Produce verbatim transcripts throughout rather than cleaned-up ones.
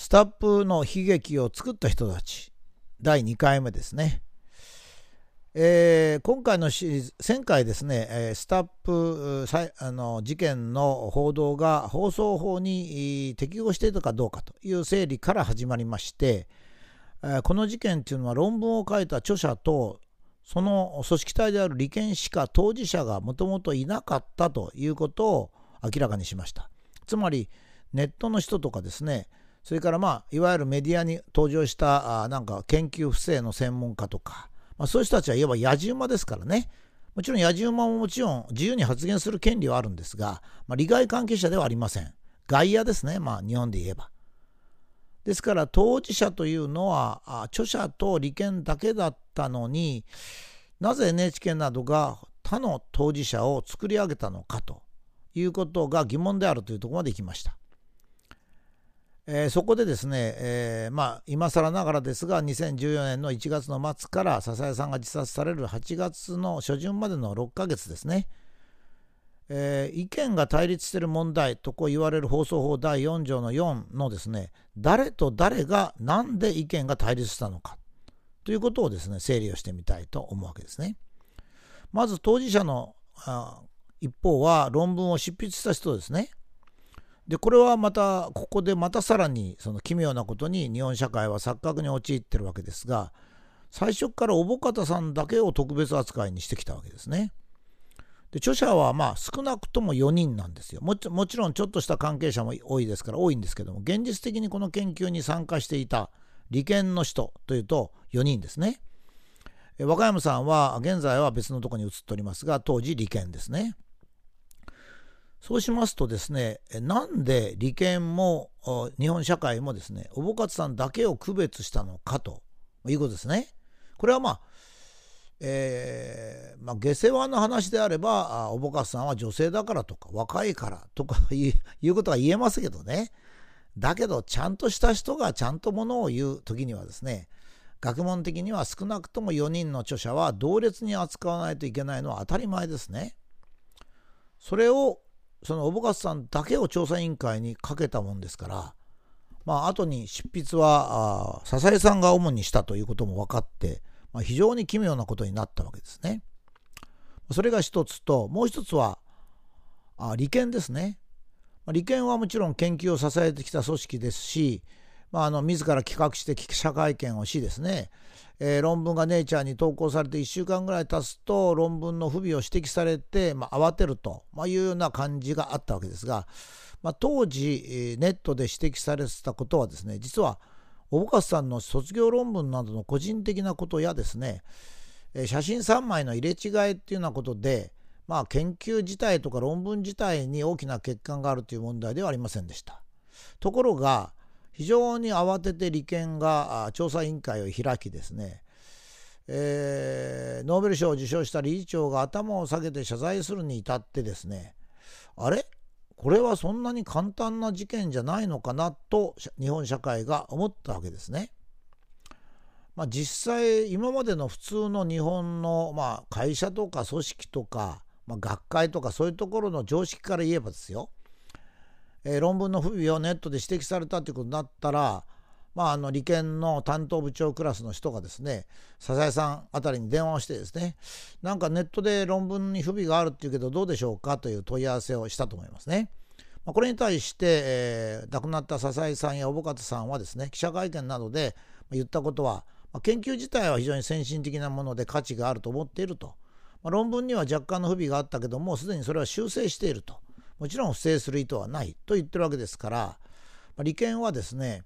スタップの悲劇を作った人たちだいにかいめですね。えー、今回のシリーズせんかいですね、えー、スタップあの事件の報道が放送法に適合していたかどうかという整理から始まりまして、えー、この事件というのは論文を書いた著者とその組織体である利権しか当事者がもともといなかったということを明らかにしました。つまりネットの人とかですね、それからまあいわゆるメディアに登場したあなんか研究不正の専門家とか、まあ、そういう人たちはいわば野じ馬ですからね。もちろん野じ馬ももちろん自由に発言する権利はあるんですが、まあ、利害関係者ではありません。外野ですね、まあ日本で言えば。ですから当事者というのは著者と利権だけだったのに、なぜ エヌエイチケー などが他の当事者を作り上げたのかということが疑問であるというところまで行きました。えー、そこでですね、えー、まあ今更ながらですがにせんじゅうよねんのいちがつの末から笹井さんが自殺されるはちがつの初旬までのろっかげつですね、えー、意見が対立している問題とこう言われる放送法だいよんじょうのよんのですね、誰と誰が何で意見が対立したのかということをですね整理をしてみたいと思うわけですね。まず当事者の一方は論文を執筆した人ですね。でこれはまたここでまたさらにその奇妙なことに日本社会は錯覚に陥っているわけですが、最初から小保方さんだけを特別扱いにしてきたわけですね。で著者はまあ少なくともよにんなんですよ。もち、もちろんちょっとした関係者も多いですから多いんですけども、現実的にこの研究に参加していた利権の人というとよにんですね。若山さんは現在は別のところに移っておりますが、当時利権ですね。そうしますとですね、なんで利権も日本社会もですね小保方さんだけを区別したのかということですね。これはまあ、えーまあ、下世話の話であれば小保方さんは女性だからとか若いからとかいう、いうことが言えますけどね。だけどちゃんとした人がちゃんとものを言う時にはですね、学問的には少なくともよにんの著者は同列に扱わないといけないのは当たり前ですね。それをその小保方さんだけを調査委員会にかけたもんですから、まあ後に執筆は笹井さんが主にしたということも分かって、まあ、非常に奇妙なことになったわけですね。それが一つと、もう一つはあ利権ですね。利権はもちろん研究を支えてきた組織ですし、まあ、あの自ら企画して記者会見をしですね、えー、論文がネイチャーに投稿されていっしゅうかんぐらい経つと論文の不備を指摘されて、まあ、慌てるというような感じがあったわけですが、まあ、当時ネットで指摘されてたことはですね、実は小保方さんの卒業論文などの個人的なことやですね、写真さんまいの入れ違いっていうようなことで、まあ、研究自体とか論文自体に大きな欠陥があるという問題ではありませんでした。ところが非常に慌てて利権が調査委員会を開きですね、えー、ノーベル賞を受賞した理事長が頭を下げて謝罪するに至ってですね、あれこれはそんなに簡単な事件じゃないのかなと日本社会が思ったわけですね。まあ、実際今までの普通の日本のまあ会社とか組織とか、まあ、学会とかそういうところの常識から言えばですよ、えー、論文の不備をネットで指摘されたということになったら、まあ、あの利権の担当部長クラスの人がですね、笹井さんあたりに電話をしてですね、なんかネットで論文に不備があるっていうけどどうでしょうかという問い合わせをしたと思いますね。まあ、これに対して、えー、亡くなった笹井さんや小保方さんはですね、記者会見などで言ったことは、まあ、研究自体は非常に先進的なもので価値があると思っていると、まあ、論文には若干の不備があったけどもすでにそれは修正していると、もちろん不正する意図はないと言ってるわけですから、まあ、利権はですね、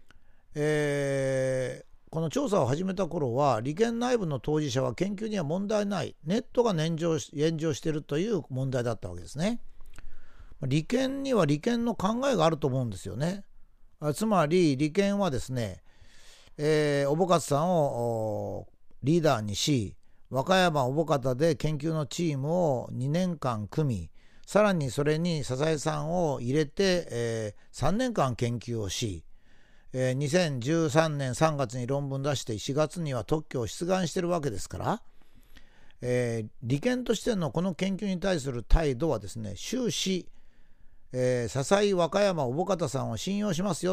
えー、この調査を始めた頃は利権内部の当事者は研究には問題ない、ネットが炎上し、炎上しているという問題だったわけですね。利権には利権の考えがあると思うんですよね。つまり利権はですね、えー、小保方さんをリーダーにし、和歌山小保方で研究のチームをにねんかん組み、さらにそれに笹井さんを入れて、えー、さんねんかん研究をし、えー、にせんじゅうさんねんさんがつに論文出してしがつには特許を出願しているわけですから、えー、利権としてのこの研究に対する態度はですね、終始、えー、笹井和歌山小保方さんを信用しますよと、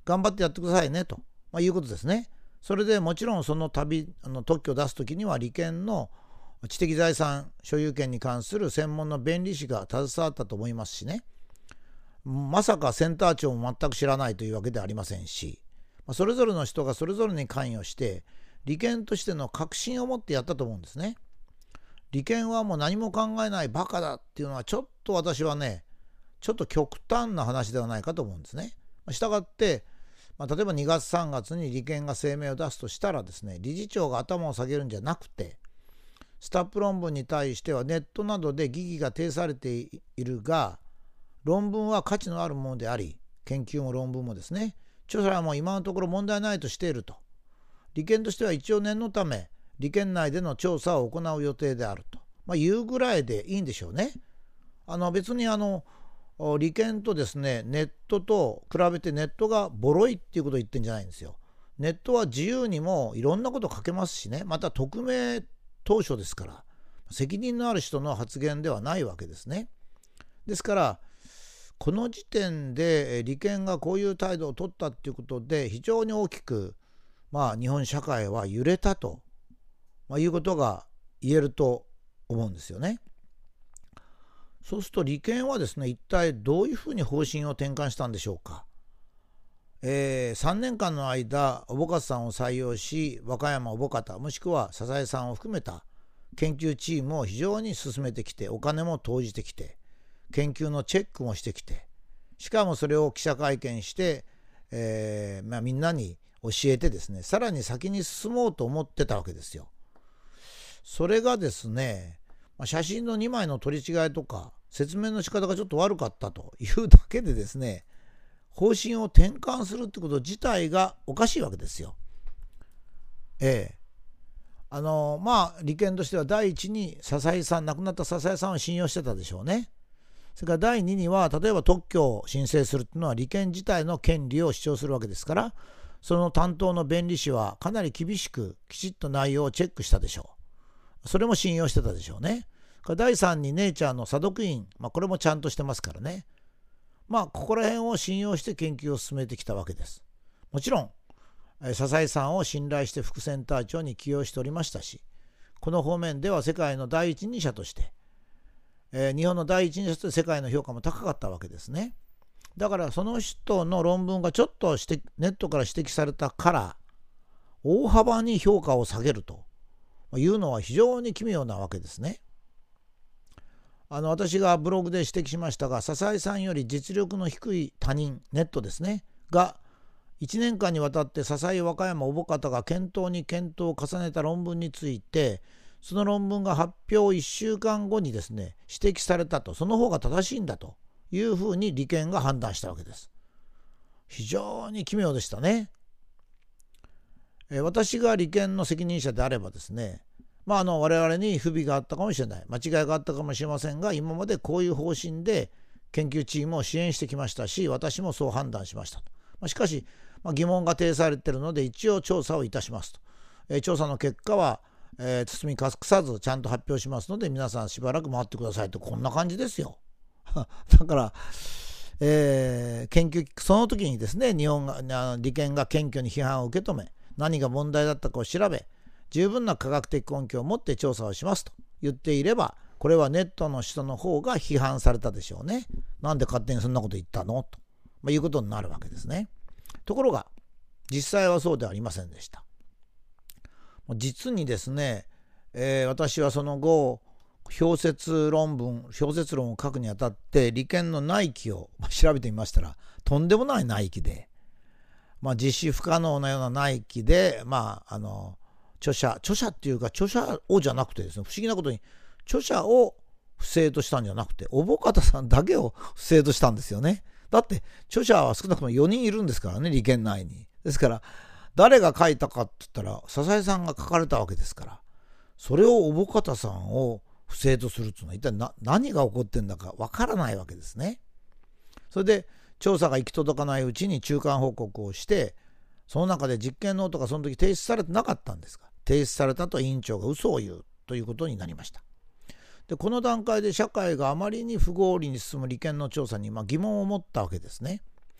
頑張ってやってくださいねと、まあ、いうことですね。それでもちろんその旅あの特許を出すときには利権の知的財産所有権に関する専門の弁理士が携わったと思いますしね。まさかセンター長も全く知らないというわけではありませんし、それぞれの人がそれぞれに関与して利権としての確信を持ってやったと思うんですね。利権はもう何も考えないバカだっていうのはちょっと私はねちょっと極端な話ではないかと思うんですね。したがって、まあ、例えばにがつさんがつに利権が声明を出すとしたらですね、理事長が頭を下げるんじゃなくて、スタップ論文に対してはネットなどで疑義が呈されているが、論文は価値のあるものであり、研究も論文もですね、著者はもう今のところ問題ないとしていると。利権としては一応念のため利権内での調査を行う予定であると、まあ、いうぐらいでいいんでしょうね。あの別にあの利権とですねネットと比べてネットがボロいっていうことを言ってるんじゃないんですよ。ネットは自由にもいろんなこと書けますしね、また匿名投書ですから責任のある人の発言ではないわけですね。ですからこの時点で利権がこういう態度を取ったっていうことで非常に大きく、まあ、日本社会は揺れたと、まあ、いうことが言えると思うんですよね。そうすると利権はですね一体どういうふうに方針を転換したんでしょうか。えー、さんねんかんの間小保方さんを採用し和歌山小保方もしくは笹江さんを含めた研究チームを非常に進めてきてお金も投じてきて研究のチェックもしてきて、しかもそれを記者会見して、えーまあ、みんなに教えてですねさらに先に進もうと思ってたわけですよ。それがですね写真のにまいの取り違いとか説明の仕方がちょっと悪かったというだけでですね方針を転換するってこと自体がおかしいわけですよ。ええあのまあ利権としては第一に笹井さん亡くなった笹井さんを信用してたでしょうね。それからだいにには例えば特許を申請するっていうのは利権自体の権利を主張するわけですから、その担当の弁理士はかなり厳しくきちっと内容をチェックしたでしょう。それも信用してたでしょうね。だいさんにネイチャーの査読員、まあ、これもちゃんとしてますからね。まあここら辺を信用して研究を進めてきたわけです。もちろん笹井さんを信頼して副センター長に起用しておりましたし、この方面では世界の第一人者として、えー、日本の第一人者として世界の評価も高かったわけですね。だからその人の論文がちょっと指摘ネットから指摘されたから大幅に評価を下げるというのは非常に奇妙なわけですね。あの私がブログで指摘しましたが、笹井さんより実力の低い他人ネットですねがいちねんかんにわたって笹井和歌山小保方が検討に検討を重ねた論文について、その論文が発表いっしゅうかんごにですね指摘されたと、その方が正しいんだというふうに利権が判断したわけです。非常に奇妙でしたね。え私が利権の責任者であればですね、まあ、あの我々に不備があったかもしれない、間違いがあったかもしれませんが、今までこういう方針で研究チームを支援してきましたし、私もそう判断しましたと。まあ、しかし、まあ、疑問が呈されているので一応調査をいたしますと。えー、調査の結果は、えー、包み隠さずちゃんと発表しますので皆さんしばらく待ってくださいと、こんな感じですよ。だから、えー、研究その時にですね日本が利権が謙虚に批判を受け止め、何が問題だったかを調べ、十分な科学的根拠を持って調査をしますと言っていれば、これはネットの人の方が批判されたでしょうね。なんで勝手にそんなこと言ったのと、まあ、いうことになるわけですね。ところが実際はそうではありませんでした。実にですね、えー、私はその後評説論文評説論を書くにあたって利権の内規を調べてみましたら、とんでもない内規で、まあ、実施不可能なような内規で、まああの著者著者っていうか著者をじゃなくてですね、不思議なことに著者を不正としたんじゃなくて小保方さんだけを不正としたんですよね。だって著者は少なくともよにんいるんですからね、利権内に。ですから誰が書いたかって言ったら笹井さんが書かれたわけですから、それを小保方さんを不正とするっていうのは一体な何が起こってんだかわからないわけですね。それで調査が行き届かないうちに中間報告をして、その中で実験ノートがその時提出されてなかったんですが、提出されたと委員長が嘘を言うということになりました。でこの段階で社会があまりに不合理に進む利権の調査にまあ疑問を持ったわけですね。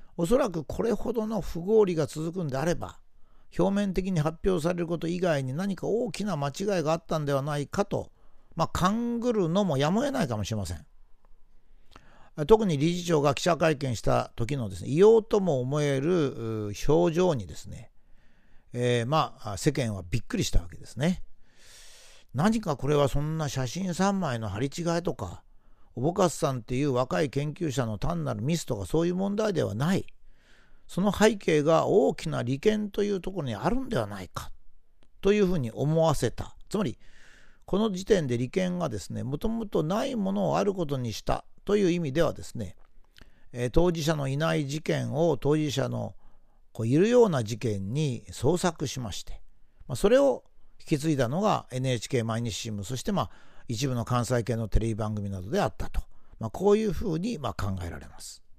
おそらくこれほどの不合理が続くんであれば、表面的に発表されること以外に何か大きな間違いがあったんではないかと、まあ、勘ぐるのもやむを得ないかもしれません。特に理事長が記者会見した時のですね、異様とも思える表情にですね、えー、まあ世間はびっくりしたわけですね。何かこれはそんな写真さんまいの貼り違いとか、おぼかすさんっていう若い研究者の単なるミスとかそういう問題ではない。その背景が大きな利権というところにあるんではないかというふうに思わせた。つまりこの時点で利権がですね、もともとないものをあることにしたという意味ではですね、えー、当事者のいない事件を当事者のこういるような事件に創作しまして、まあ、それを引き継いだのが エヌエイチケー 毎日新聞、そしてまあ一部の関西系のテレビ番組などであったと、まあ、こういうふうにまあ考えられます。